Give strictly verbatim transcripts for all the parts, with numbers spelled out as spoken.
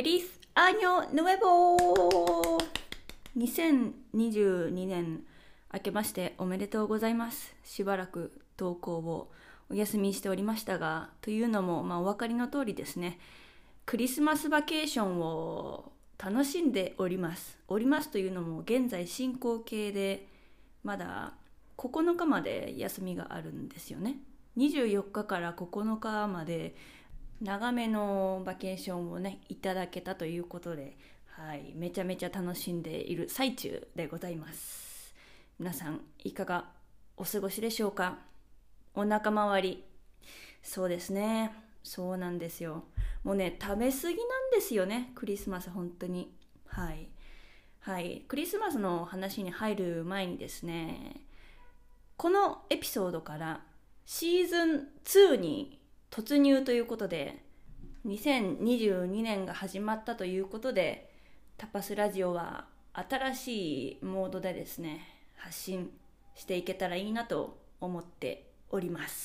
Feliz Año Nuevo! にせんにじゅうにねん明けましておめでとうございます。しばらく投稿をお休みしておりましたが、というのも、まあ、お分かりの通りですね、クリスマスバケーションを楽しんでおります。おりますというのも現在進行形でまだここのかまで休みがあるんですよね。にじゅうよっかからここのかまで長めのバケーションをねいただけたということで、はい、めちゃめちゃ楽しんでいる最中でございます。皆さんいかがお過ごしでしょうか。お腹周り、そうですね、そうなんですよ。もうね食べ過ぎなんですよね、クリスマス本当に。はいはい、クリスマスの話に入る前にですね、このエピソードからシーズンツーに突入ということで、にせんにじゅうにねんが始まったということで、タパスラジオは新しいモードでですね発信していけたらいいなと思っております。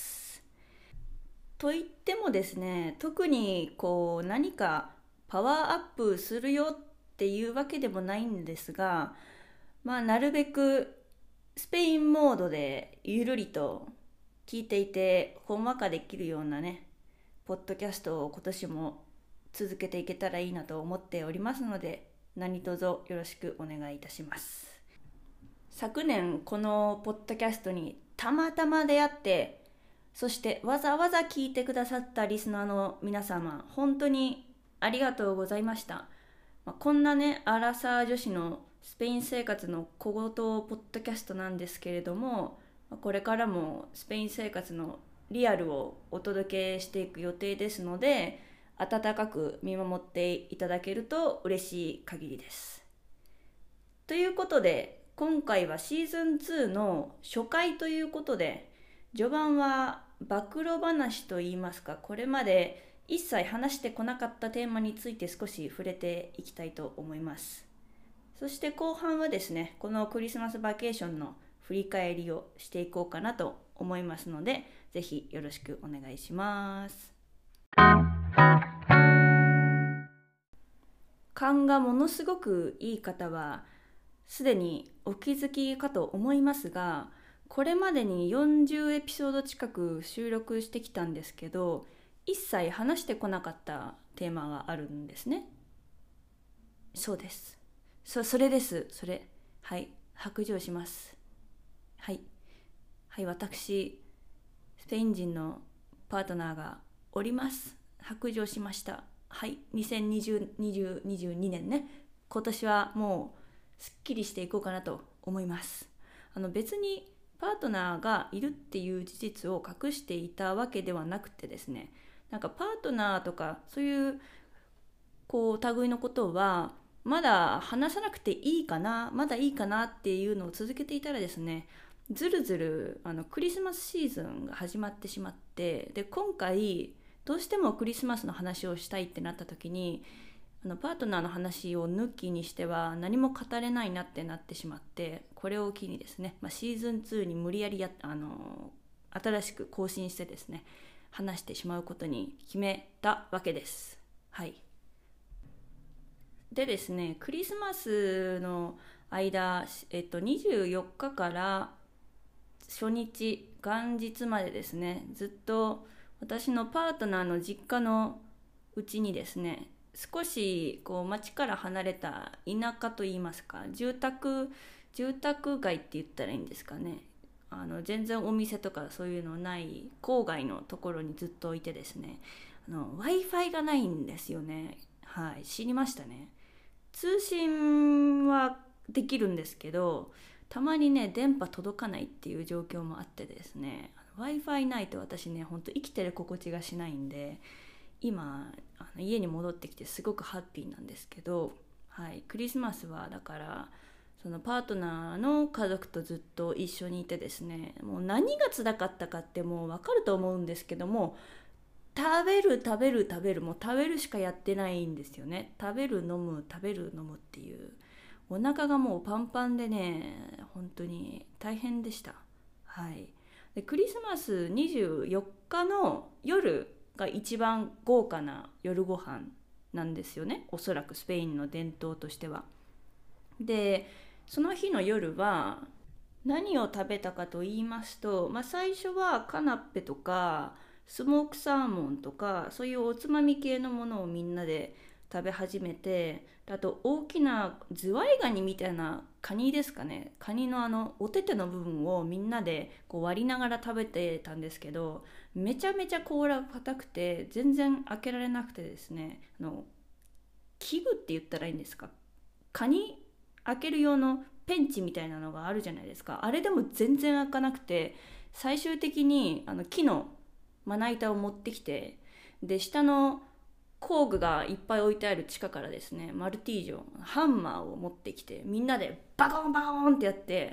といってもですね、特にこう何かパワーアップするよっていうわけでもないんですが、まあなるべくスペインモードでゆるりと聞いていてほんわかできるようなねポッドキャストを今年も続けていけたらいいなと思っておりますので、何卒よろしくお願いいたします。昨年このポッドキャストにたまたま出会って、そしてわざわざ聞いてくださったリスナーの皆様、本当にありがとうございました。まあ、こんなねアラサー女子のスペイン生活の小言ポッドキャストなんですけれども、これからもスペイン生活のリアルをお届けしていく予定ですので、温かく見守っていただけると嬉しい限りです。ということで今回はシーズンツーの初回ということで、序盤は暴露話といいますか、これまで一切話してこなかったテーマについて少し触れていきたいと思います。そして後半はですね、このクリスマスバケーションの振り返りをしていこうかなと思いますので、ぜひよろしくお願いします。勘がものすごくいい方はすでにお気づきかと思いますが、これまでによんじゅうエピソード近く収録してきたんですけど、一切話してこなかったテーマがあるんですね。そうです、そ, それですそれはい、白状します。はいはい、私スペイン人のパートナーがおります。白状しました。はい、にせんにじゅう、にじゅう、にじゅうにねんね、今年はもうすっきりしていこうかなと思います。あの別にパートナーがいるっていう事実を隠していたわけではなくてですね、なんかパートナーとかそういうこう類のことはまだ話さなくていいかな、まだいいかなっていうのを続けていたらですね、ずるずるあのクリスマスシーズンが始まってしまって、で今回どうしてもクリスマスの話をしたいってなった時に、あのパートナーの話を抜きにしては何も語れないなってなってしまって、これを機にですね、まあ、シーズンツーに無理やりやあの新しく更新してですね話してしまうことに決めたわけです。はい。でですね、クリスマスの間、えっと、にじゅうよっかから初日元日までですね、ずっと私のパートナーの実家のうちにですね、少しこう町から離れた田舎といいますか、住宅住宅街って言ったらいいんですかね、あの全然お店とかそういうのない郊外のところにずっといてですね、あの Wi-Fi がないんですよね。はい、知りましたね。通信はできるんですけど、たまにね電波届かないっていう状況もあってですね、 Wi-Fi ないと私ねほんと生きてる心地がしないんで、今あの家に戻ってきてすごくハッピーなんですけど、はい、クリスマスはだからそのパートナーの家族とずっと一緒にいてですね、もう何が辛かったかってもう分かると思うんですけども、食べる食べる食べる、もう食べるしかやってないんですよね。食べる飲む食べる飲むっていう、お腹がもうパンパンでね本当に大変でした。はい。でクリスマスにじゅうよっかの夜が一番豪華な夜ご飯なんですよね、おそらくスペインの伝統としては。でその日の夜は何を食べたかと言いますと、まあ、最初はカナッペとかスモークサーモンとかそういうおつまみ系のものをみんなで食べ始めて、あと大きなズワイガニみたいなカニですかね、カニのあのお手手の部分をみんなでこう割りながら食べてたんですけど、めちゃめちゃ甲羅が硬くて全然開けられなくてですね、あの器具って言ったらいいんですか、カニ開ける用のペンチみたいなのがあるじゃないですか、あれでも全然開かなくて、最終的にあの木のまな板を持ってきて、で下の工具がいっぱい置いてある地下からですね、マルティージョハンマーを持ってきて、みんなでバコンバコンってやって、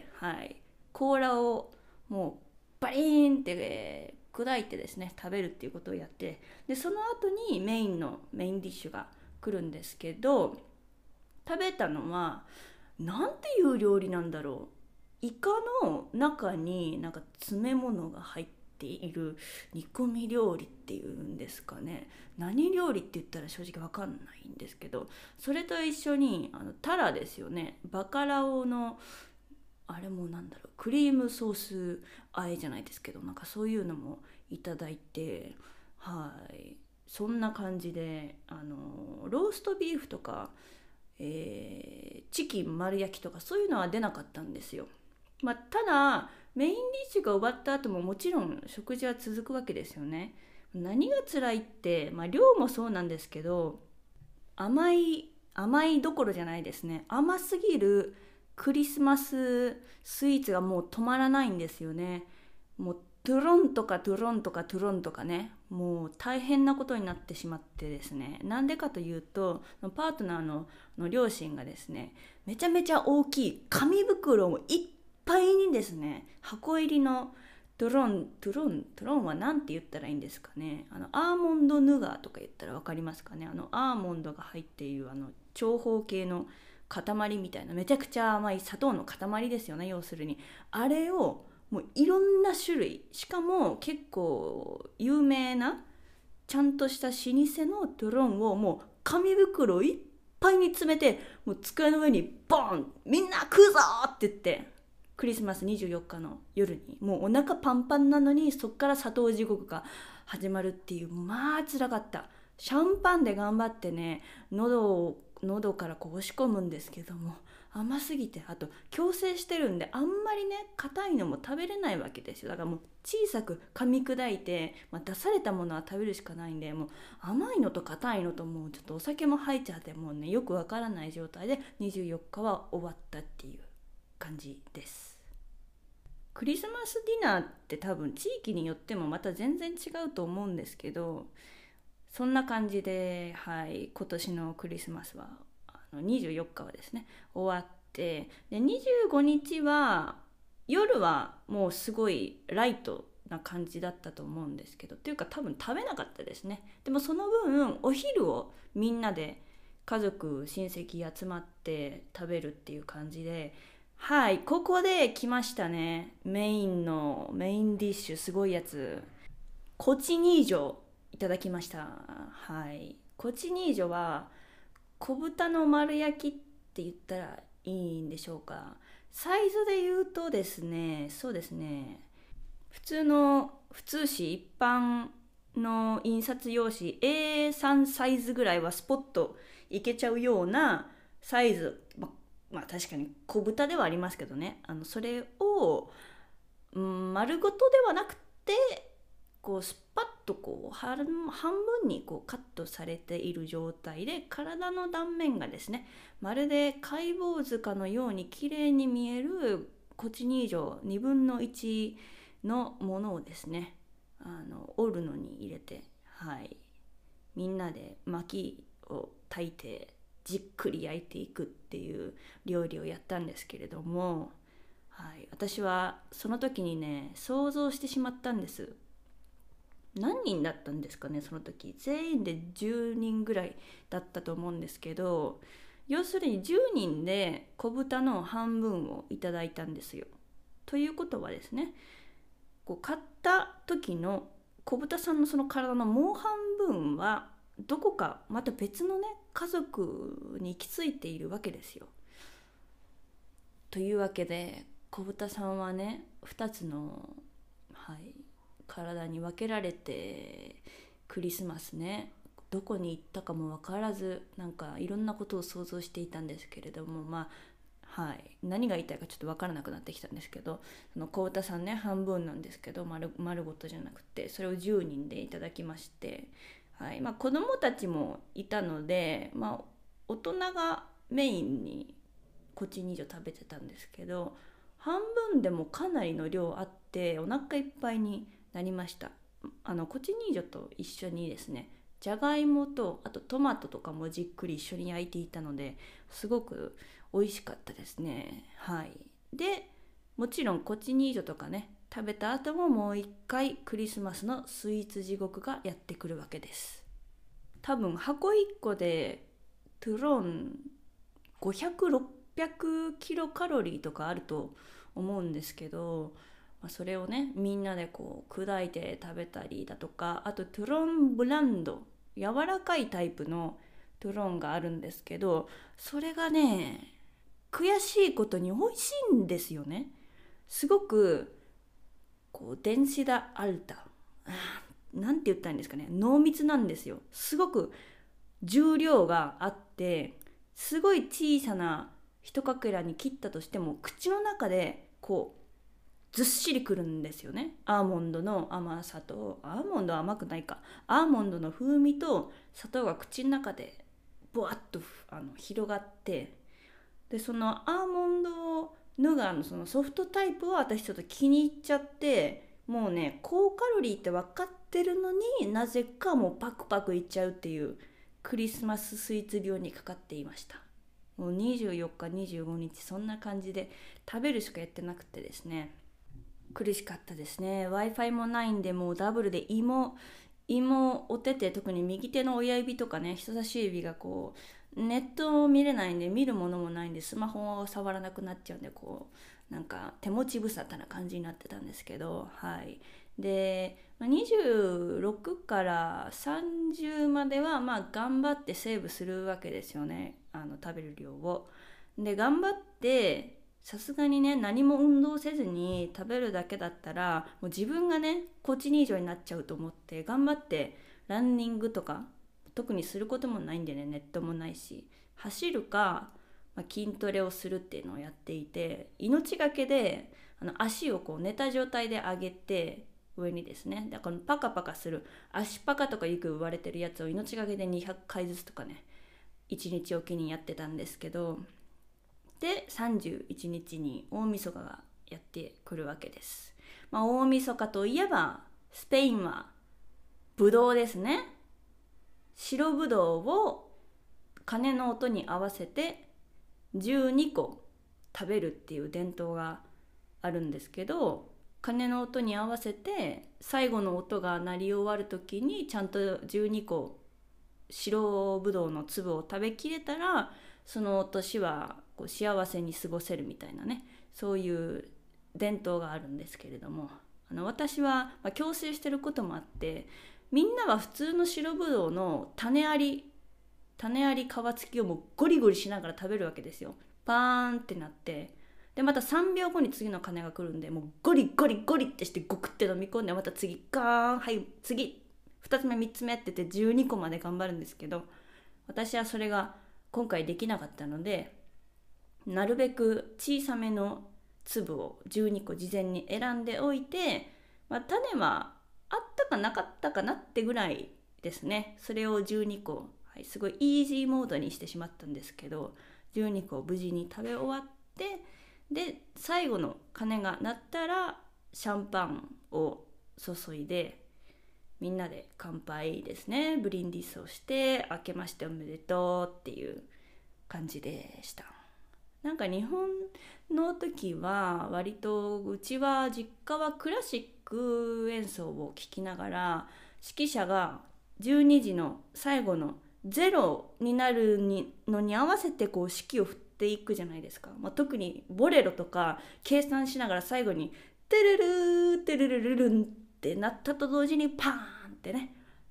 はい、甲羅をもうバリーンって、えー砕いてですね食べるっていうことをやって、でその後にメインのメインディッシュが来るんですけど、食べたのはなんていう料理なんだろう、イカの中になんか詰め物が入っている煮込み料理っていうんですかね、何料理って言ったら正直わかんないんですけど、それと一緒にあのタラですよね、バカラオのあれもなんだろう、クリームソースあえじゃないですけど、なんかそういうのもいただいて、はい、そんな感じであのローストビーフとか、えーチキン丸焼きとかそういうのは出なかったんですよ。まあ、ただメインディッシュが終わった後ももちろん食事は続くわけですよね。何が辛いって、まあ、量もそうなんですけど、甘い甘いどころじゃないですね、甘すぎるクリスマススイーツがもう止まらないんですよね。もうトゥロンとかトゥロンとかトゥロンとかね、もう大変なことになってしまってですね、なんでかというとパートナーのの両親がですね、めちゃめちゃ大きい紙袋をいっぱいにですね、箱入りのトゥロントゥロントゥロンは何て言ったらいいんですかね、あのアーモンドヌガーとか言ったら分かりますかね、あのアーモンドが入っているあの長方形の塊みたいな、めちゃくちゃ甘い砂糖の塊ですよね、要するにあれをもういろんな種類、しかも結構有名なちゃんとした老舗のトゥロンをもう紙袋いっぱいに詰めて、もう机の上にボン、みんな食うぞって言って、クリスマスにじゅうよっかの夜にもうお腹パンパンなのに、そっから砂糖地獄が始まるっていう、まあ辛かった。シャンパンで頑張ってね、喉を喉からこう押し込むんですけども、甘すぎて、あと矯正してるんであんまりね硬いのも食べれないわけですよ。だからもう小さく噛み砕いて、まあ、出されたものは食べるしかないんで、もう甘いのと硬いのともうちょっとお酒も入っちゃって、もうねよくわからない状態でにじゅうよっかは終わったっていう感じです。クリスマスディナーって多分地域によってもまた全然違うと思うんですけど、そんな感じで、はい、今年のクリスマスはあのにじゅうよっかはですね終わって、でにじゅうごにちは夜はもうすごいライトな感じだったと思うんですけど、っていうか多分食べなかったですね。でもその分お昼をみんなで家族親戚集まって食べるっていう感じで、はい、ここで来ましたね、メインのメインディッシュ、すごいやつ、コチニージョいただきました。はい、コチニージョは小豚の丸焼きって言ったらいいんでしょうか。サイズで言うとですね、そうですね、普通の普通紙一般の印刷用紙 エースリー サイズぐらいはスポッといけちゃうようなサイズ、ま、まあ確かに小豚ではありますけどね、あのそれを、うん、丸ごとではなくてこうスパッとこう半分にこうカットされている状態で、体の断面がですねまるで解剖図かのように綺麗に見えるコチニージョにぶんのいちのものをですね、あのオルノに入れて、はい、みんなで薪を焚いてじっくり焼いていくっていう料理をやったんですけれども、はい、私はその時にね想像してしまったんです。何人だったんですかね、その時全員でじゅうにんぐらいだったと思うんですけど、要するにじゅうにんで小豚の半分をいただいたんですよ。ということはですね、こう買った時の小豚さんのその体のもう半分はどこかまた別のね家族に行き着いているわけですよ。というわけで小豚さんはねふたつの、はい、体に分けられてクリスマスねどこに行ったかも分からずなんかいろんなことを想像していたんですけれども、まあはい、何が言いたいかちょっと分からなくなってきたんですけど、その小豚さんね半分なんですけど 丸, 丸ごとじゃなくてそれをじゅうにんでいただきまして、はいまあ、子供たちもいたので、まあ、大人がメインにコチニージョ食べてたんですけど、半分でもかなりの量あってお腹いっぱいになりました。あのコチニージョと一緒にですねじゃがいもとあとトマトとかもじっくり一緒に焼いていたのですごく美味しかったですね。はい。でもちろんコチニージョとかね食べた後ももう一回クリスマスのスイーツ地獄がやってくるわけです。多分箱いっこでトゥロンごひゃく、ろっぴゃくキロカロリーとかあると思うんですけど、まあ、それをねみんなでこう砕いて食べたりだとか、あとトゥロンブランド柔らかいタイプのトゥロンがあるんですけど、それがね悔しいことに美味しいんですよね。すごくこうデンシダアルタなんて言ったらいいんですかね、濃密なんですよ。すごく重量があってすごい小さな一かけらに切ったとしても口の中でこうずっしりくるんですよね。アーモンドの甘さと、アーモンドは甘くないか、アーモンドの風味と砂糖が口の中でボワッとあの広がって、でそのアーモンドヌガーのそのソフトタイプは私ちょっと気に入っちゃって、もうね高カロリーって分かってるのになぜかもうパクパクいっちゃうっていうクリスマススイーツ病にかかっていました。もうにじゅうよっかにじゅうごにちそんな感じで食べるしかやってなくてですね、苦しかったですね。 Wi-Fi もないんでもうダブルで芋芋お手手、特に右手の親指とかね人差し指がこうネットを見れないんで見るものもないんでスマホを触らなくなっちゃうんで、こうなんか手持ち無沙汰な感じになってたんですけど、はいでにじゅうろくからさんじゅうまではまあ頑張ってセーブするわけですよね、あの食べる量を。で頑張ってさすがにね何も運動せずに食べるだけだったらもう自分がねコチニージョになっちゃうと思って頑張ってランニングとか特にすることもないんでね、ネットもないし走るか、まあ、筋トレをするっていうのをやっていて、命がけであの足をこう寝た状態で上げて上にですね、だからパカパカする足パカとかよく言われてるやつを命がけでにひゃっかいずつとかねいちにちおきにやってたんですけど、でさんじゅういちにちに大晦日がやってくるわけです。まあ、大晦日といえばスペインはブドウですね。白ブドウを鐘の音に合わせてじゅうにこ食べるっていう伝統があるんですけど、鐘の音に合わせて最後の音が鳴り終わる時にちゃんとじゅうにこ白ぶどうの粒を食べきれたらその年はこう幸せに過ごせるみたいなね、そういう伝統があるんですけれども、あの私は、まあ、矯正してることもあってみんなは普通の白ぶどうの種あり種あり皮付きをもうゴリゴリしながら食べるわけですよ。パーンってなって、でまたさんびょうごに次の鐘が来るんでもうゴリゴリゴリってしてゴクって飲み込んで、また次ガーンはい次ふたつめみっつめって言ってじゅうにこまで頑張るんですけど、私はそれが今回できなかったのでなるべく小さめの粒をじゅうにこ事前に選んでおいて、まあ、種はあったかなかったかなってぐらいですね。それをじゅうにこ、はい、すごいイージーモードにしてしまったんですけどじゅうにこ無事に食べ終わって、で最後の鐘が鳴ったらシャンパンを注いでみんなで乾杯ですね、ブリンディスをして明けましておめでとうっていう感じでした。なんか日本の時は割とうちは実家はクラシック演奏を聴きながら指揮者がじゅうにじの最後のゼロになるのに合わせてこう指揮を振っていくじゃないですか、まあ、特にボレロとか計算しながら最後にテルルーテルルルルンってなったと同時にパーンってね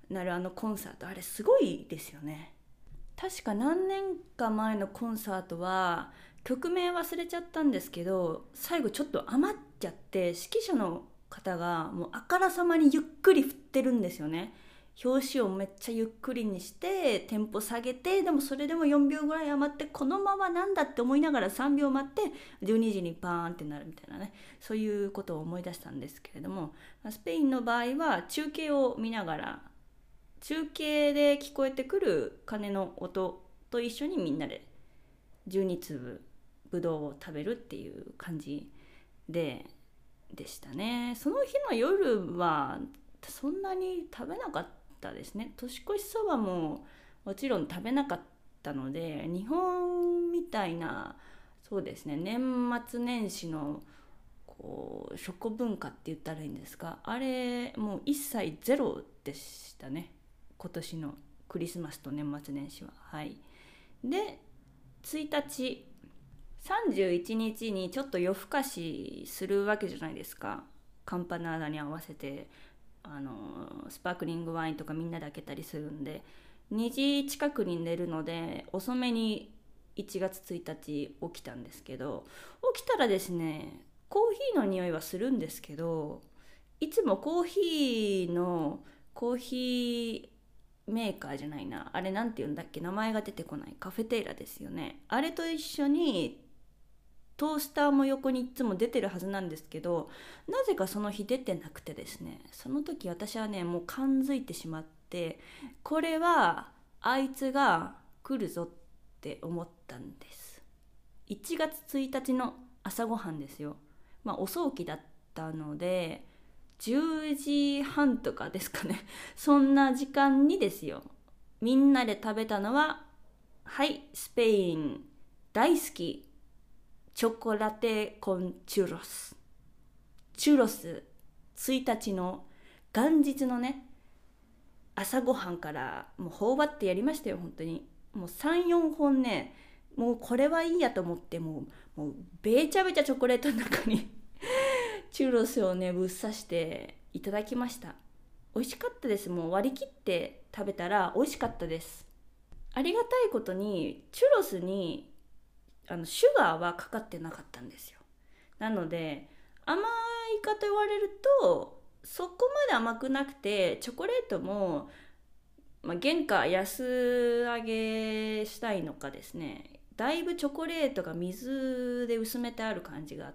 なるあのコンサート、あれすごいですよね。確か何年か前のコンサートは曲名忘れちゃったんですけど、最後ちょっと余っちゃって指揮者の方がもうあからさまにゆっくり振ってるんですよね。表紙をめっちゃゆっくりにしてテンポ下げて、でもそれでもよんびょうぐらい余って、このままなんだって思いながらさんびょう待ってじゅうにじにパーンってなるみたいなね、そういうことを思い出したんですけれども、スペインの場合は中継を見ながら、中継で聞こえてくる鐘の音と一緒にみんなでじゅうにつぶぶどうを食べるっていう感じででしたね。その日の夜はそんなに食べなかったですね。年越しそばももちろん食べなかったので、日本みたいな、そうですね、年末年始のこう食文化って言ったらいいんですか、あれもう一切ゼロでしたね、今年のクリスマスと年末年始は。はい。でついたちさんじゅういちにちにちょっと夜更かしするわけじゃないですか。カンパナーダに合わせてあのスパークリングワインとかみんなで開けたりするんで、にじ近くに寝るので遅めにいちがつついたち起きたんですけど、起きたらですね、コーヒーの匂いはするんですけど、いつもコーヒーのコーヒーメーカーじゃないな、あれなんて言うんだっけ、名前が出てこない、カフェテイラですよね。あれと一緒にトースターも横にいつも出てるはずなんですけど、なぜかその日出てなくてですね、その時私はねもう感づいてしまって、これはあいつが来るぞって思ったんです。いちがつついたちの朝ごはんですよ。まあ遅起きだったのでじゅうじはんとかですかねそんな時間にですよ、みんなで食べたのは、はいスペイン大好きチョコラテコンチュロス。チュロスついたちの元日のね朝ごはんからもう頬張ってやりましたよ。本当にもうさんよんほんね、もうこれはいいやと思って、もうもうべちゃべちゃチョコレートの中にチュロスをねぶっ刺していただきました。美味しかったです。もう割り切って食べたら美味しかったです。ありがたいことにチュロスにあのシュガーはかかってなかったんですよ。なので甘いかと言われるとそこまで甘くなくて、チョコレートも、まあ、原価安上げしたいのかですね、だいぶチョコレートが水で薄めてある感じがあって、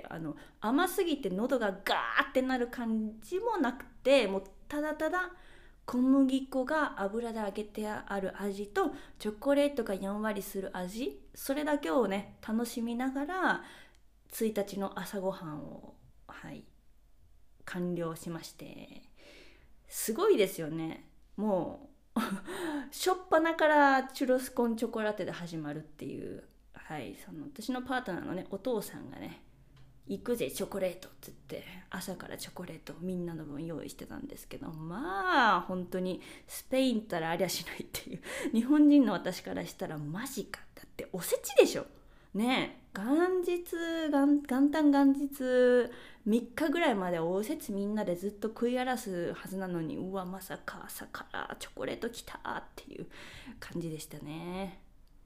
あの甘すぎて喉がガーってなる感じもなくて、もうただただ小麦粉が油で揚げてある味とチョコレートがやんわりする味、それだけをね楽しみながらついたちの朝ごはんを、はい、完了しまして、すごいですよね。もうしょっぱなからチュロスコンチョコラテで始まるっていう、はい、その私のパートナーのねお父さんがね、行くぜチョコレートって言って朝からチョコレートをみんなの分用意してたんですけど、まあ本当にスペインったらありゃしないっていう、日本人の私からしたらマジか、だっておせちでしょねえ、元日元元旦元日みっかぐらいまでおせちみんなでずっと食い荒らすはずなのに、うわまさか朝からチョコレートきたっていう感じでしたね。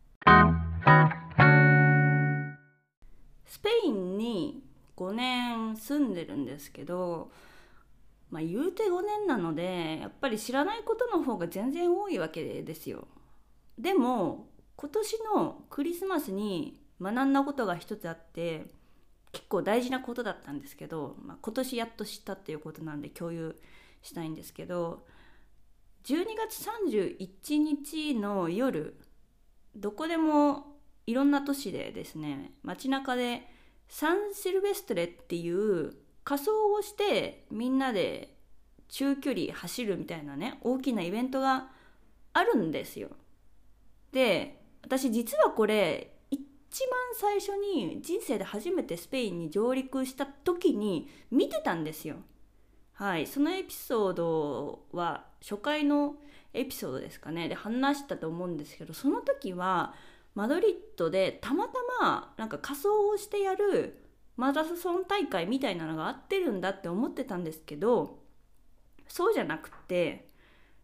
スペインにごねん住んでるんですけど、まあ言うてごねんなのでやっぱり知らないことの方が全然多いわけですよ。でも今年のクリスマスに学んだことが一つあって、結構大事なことだったんですけど、まあ、今年やっと知ったっていうことなんで共有したいんですけど、じゅうにがつさんじゅういちにちの夜、どこでもいろんな都市でですね、街中でサンシルベストレっていう仮装をしてみんなで中距離走るみたいなね大きなイベントがあるんですよ。で私実はこれ一番最初に人生で初めてスペインに上陸した時に見てたんですよ。はい、そのエピソードは初回のエピソードですかねで話したと思うんですけど、その時はマドリッドでたまたまなんか仮装をしてやるマラソン大会みたいなのがあってるんだって思ってたんですけど、そうじゃなくて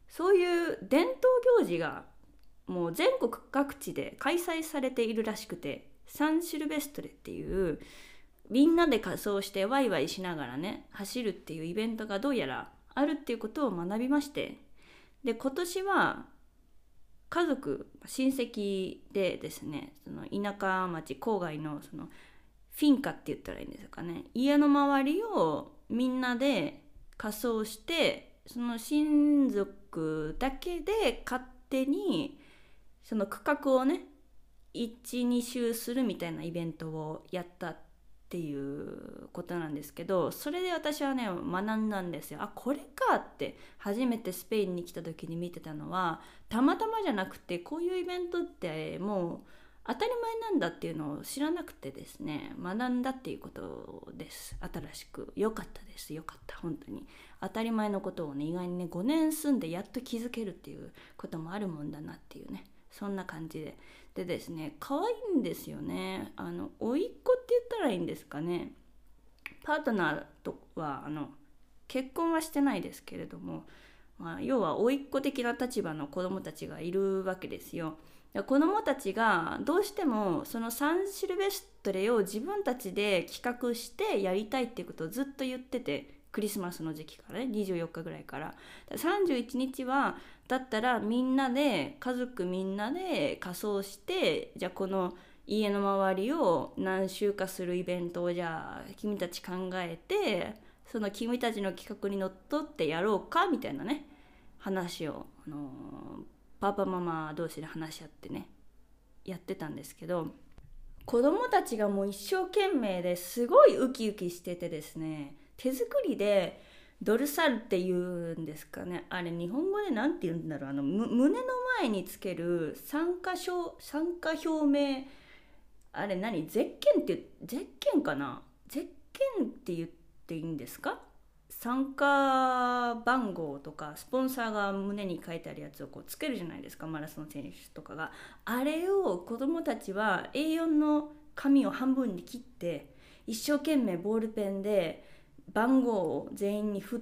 そういう伝統行事がもう全国各地で開催されているらしくて、サンシルベストレっていうみんなで仮装してワイワイしながらね走るっていうイベントがどうやらあるっていうことを学びまして、で今年は家族親戚でですね、その田舎町郊外のそのフィンカって言ったらいいんですかね、家の周りをみんなで仮装して、その親族だけで勝手にその区画をねいち、に周するみたいなイベントをやったっていうことなんですけど、それで私はね学んだんですよ。あ、これかって。初めてスペインに来た時に見てたのはたまたまじゃなくて、こういうイベントってもう当たり前なんだっていうのを知らなくてですね、学んだっていうことです。新しく良かったです。良かった。本当に当たり前のことをね、意外にねごねん住んでやっと気づけるっていうこともあるもんだなっていうね、そんな感じででですね、可愛いんですよね。あの甥っ子って言ったらいいんですかね。パートナーとはあの結婚はしてないですけれども、まあ、要は甥っ子的な立場の子供たちがいるわけですよ。子供たちがどうしてもそのサンシルベストレを自分たちで企画してやりたいっていうことをずっと言ってて、クリスマスの時期からね、にじゅうよっかぐらいからさんじゅういちにちはだったらみんなで家族みんなで仮装して、じゃあこの家の周りを何周かするイベントをじゃあ君たち考えて、その君たちの企画にのっとってやろうかみたいなね話を、あのー、パパママ同士で話し合ってねやってたんですけど、子供たちがもう一生懸命ですごいウキウキしててですね、手作りでドルサルっていうんですかね、あれ日本語でなんて言うんだろう、あの胸の前につける参加証参加表明、あれ何、ゼッケンってゼッケンかな、ゼッケンって言っていいんですか、参加番号とかスポンサーが胸に書いてあるやつをこうつけるじゃないですか、マラソン選手とかが。あれを子供たちは エーよん の紙を半分に切って一生懸命ボールペンで番号を全員に振って、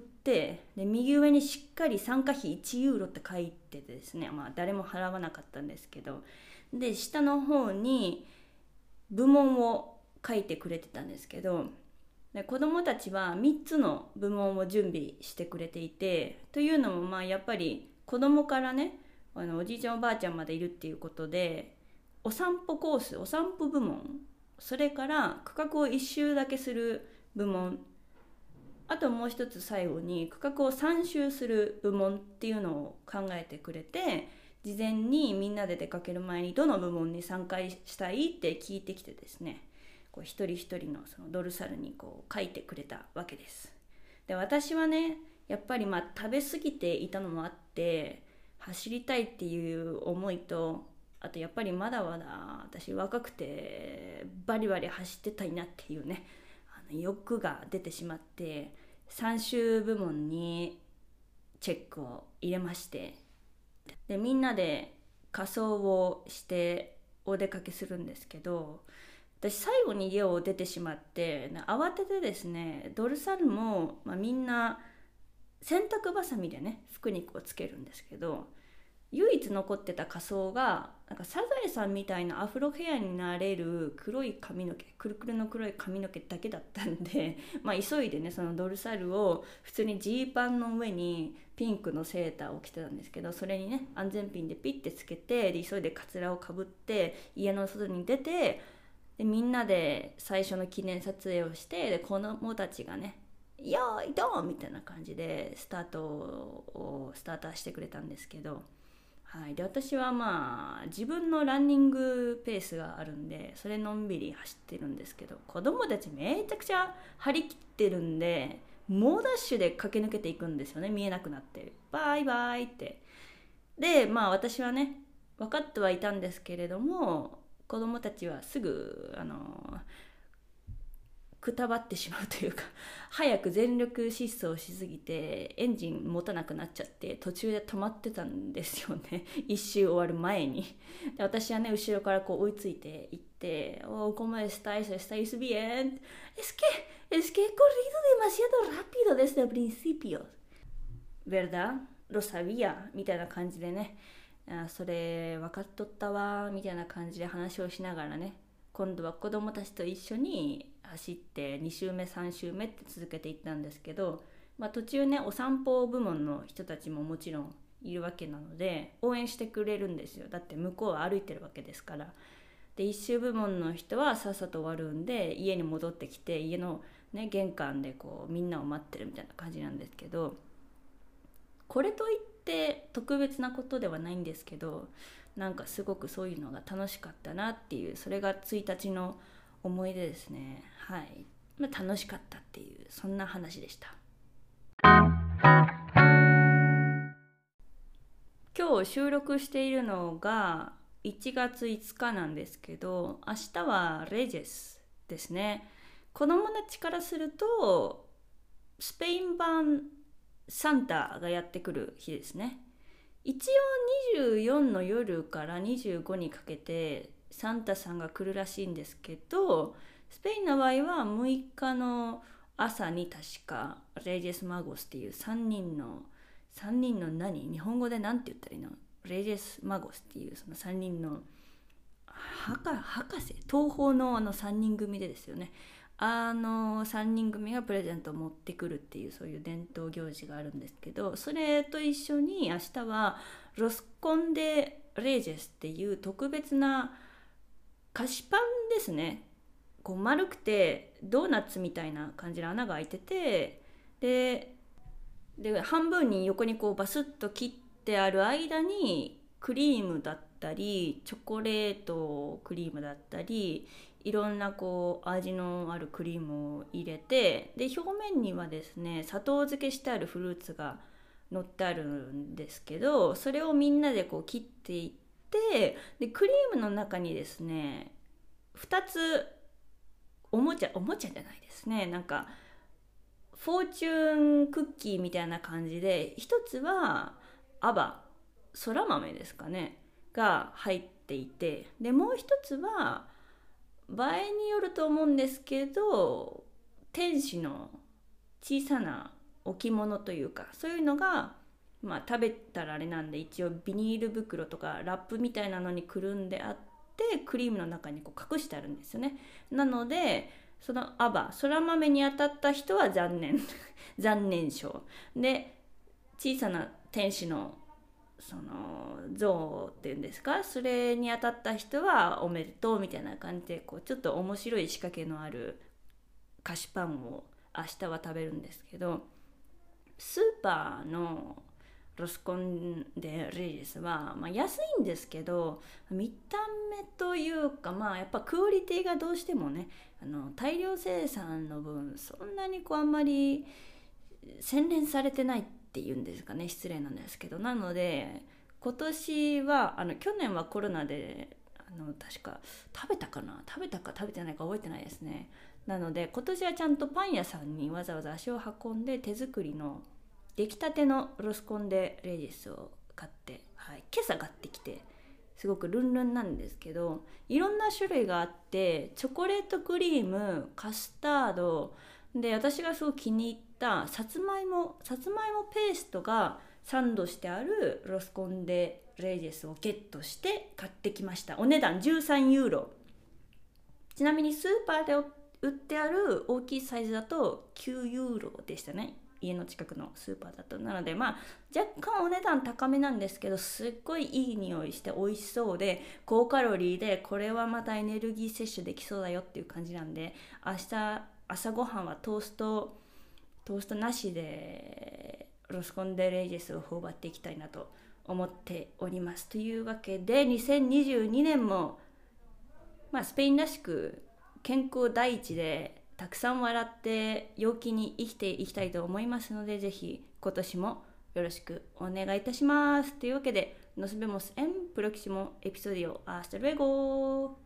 で右上にしっかり参加費いちユーロって書いててですね、まあ誰も払わなかったんですけど、で下の方に部門を書いてくれてたんですけど、で子どもたちはみっつの部門を準備してくれていて、というのもまあやっぱり子どもからね、あのおじいちゃんおばあちゃんまでいるっていうことで、お散歩コース、お散歩部門、それから区画を一周だけする部門、あともう一つ最後に区画をさん周する部門っていうのを考えてくれて、事前にみんなで出かける前にどの部門に参加したいって聞いてきてですね、こう一人一人のそのドルサルにこう書いてくれたわけです。で私はねやっぱりまあ食べ過ぎていたのもあって走りたいっていう思いと、あとやっぱりまだまだ私若くてバリバリ走ってたいなっていうね、あの欲が出てしまってさん周部門にチェックを入れまして、でみんなで仮装をしてお出かけするんですけど、私最後に家を出てしまって慌ててですね、ドルサルも、まあ、みんな洗濯バサミでね服にこうつけるんですけど、唯一残ってた仮装がなんかサザエさんみたいなアフロヘアになれる黒い髪の毛、くるくるの黒い髪の毛だけだったんで、まあ、急いでねそのドルサルを普通にジーパンの上にピンクのセーターを着てたんですけど、それにね安全ピンでピッてつけて、で急いでカツラをかぶって家の外に出て、でみんなで最初の記念撮影をして、で子供たちがねよーいドンみたいな感じでスタートをスターターしてくれたんですけど、はい、で私はまあ自分のランニングペースがあるんでそれのんびり走ってるんですけど、子供たちめちゃくちゃ張り切ってるんで猛ダッシュで駆け抜けていくんですよね、見えなくなってバイバイって。でまあ私はね分かってはいたんですけれども、子供たちはすぐあのくたばってしまうというか早く全力疾走しすぎてエンジン持たなくなっちゃって途中で止まってたんですよね一周終わる前に。で私はね後ろからこう追いついていって「Oh, ¿cómo estáis? ¿Estáis bien? Es que, es que he corrido demasiado rápido desde el principio. ¿Verdad? ロサビアみたいな感じでね、あそれ分かっとったわみたいな感じで話をしながらね、今度は子供たちと一緒に走ってに周目さん周目って続けていったんですけど、まあ、途中ねお散歩部門の人たちももちろんいるわけなので応援してくれるんですよ。だって向こうは歩いてるわけですから。で一周部門の人はさっさと終わるんで家に戻ってきて家の、ね、玄関でこうみんなを待ってるみたいな感じなんですけど、これといって特別なことではないんですけど、なんかすごくそういうのが楽しかったなっていう、それがついたちの思い出ですね。はい、まあ、楽しかったっていうそんな話でした。今日収録しているのがいちがついつかなんですけど、明日はレジェスですね。子供たちからするとスペイン版サンタがやってくる日ですね。一応にじゅうよっかの夜からにじゅうごにかけてサンタさんが来るらしいんですけど、スペインの場合はむいかの朝に確かレイジェス・マゴスっていうさんにんのさんにんの何日本語で何て言ったらいいの、レイジェス・マゴスっていうそのさんにんの博博士東方のあのさんにん組でですよね。あのさんにん組がプレゼントを持ってくるっていうそういう伝統行事があるんですけど、それと一緒に明日はロスコンデ・レイジェスっていう特別な菓子パンですね。こう丸くてドーナツみたいな感じの穴が開いてて、でで半分に横にこうバスッと切ってある間にクリームだったりチョコレートクリームだったりいろんなこう味のあるクリームを入れて、で表面にはですね砂糖漬けしてあるフルーツが乗ってあるんですけど、それをみんなでこう切っていって、でクリームの中にですねふたつおもちゃおもちゃじゃないですね、なんかフォーチューンクッキーみたいな感じで、一つはアバそら豆ですかねが入っていて、でもう一つは場合によると思うんですけど天使の小さな置物というかそういうのが、まあ食べたらあれなんで一応ビニール袋とかラップみたいなのにくるんであってクリームの中にこう隠してあるんですよね。なのでそのアバそら豆に当たった人は残念残念賞で、小さな天使のその像っていうんですか、それに当たった人はおめでとうみたいな感じでこうちょっと面白い仕掛けのある菓子パンを明日は食べるんですけど、スーパーのロスコンデ・レイジスは、まあ、安いんですけど見た目というか、まあやっぱクオリティがどうしてもねあの大量生産の分そんなにこうあんまり洗練されてないっていうんですかね、失礼なんですけど、なので今年はあの去年はコロナであの確か食べたかな食べたか食べてないか覚えてないですね。なので今年はちゃんとパン屋さんにわざわざ足を運んで手作りの出来たてのロスコンデ・レイジスを買って、はい、今朝買ってきてすごくルンルンなんですけど、いろんな種類があってチョコレートクリームカスタードで、私がすごく気に入ったさつまいもさつまいもペーストがサンドしてあるロスコンデ・レイジスをゲットして買ってきました。お値段じゅうさんユーロ、ちなみにスーパーで売ってある大きいサイズだときゅうユーロでしたね、家の近くのスーパーだと。なのでまあ若干お値段高めなんですけどすっごいいい匂いして美味しそうで高カロリーで、これはまたエネルギー摂取できそうだよっていう感じなんで、明日朝ごはんはトーストトーストなしでロスコンデ・レイジェスを頬張っていきたいなと思っております。というわけでにせんにじゅうにねんも、まあ、スペインらしく健康第一でたくさん笑って陽気に生きていきたいと思いますので、ぜひ今年もよろしくお願いいたします。というわけで、Nos vemos en próximo episodio. Hasta luego.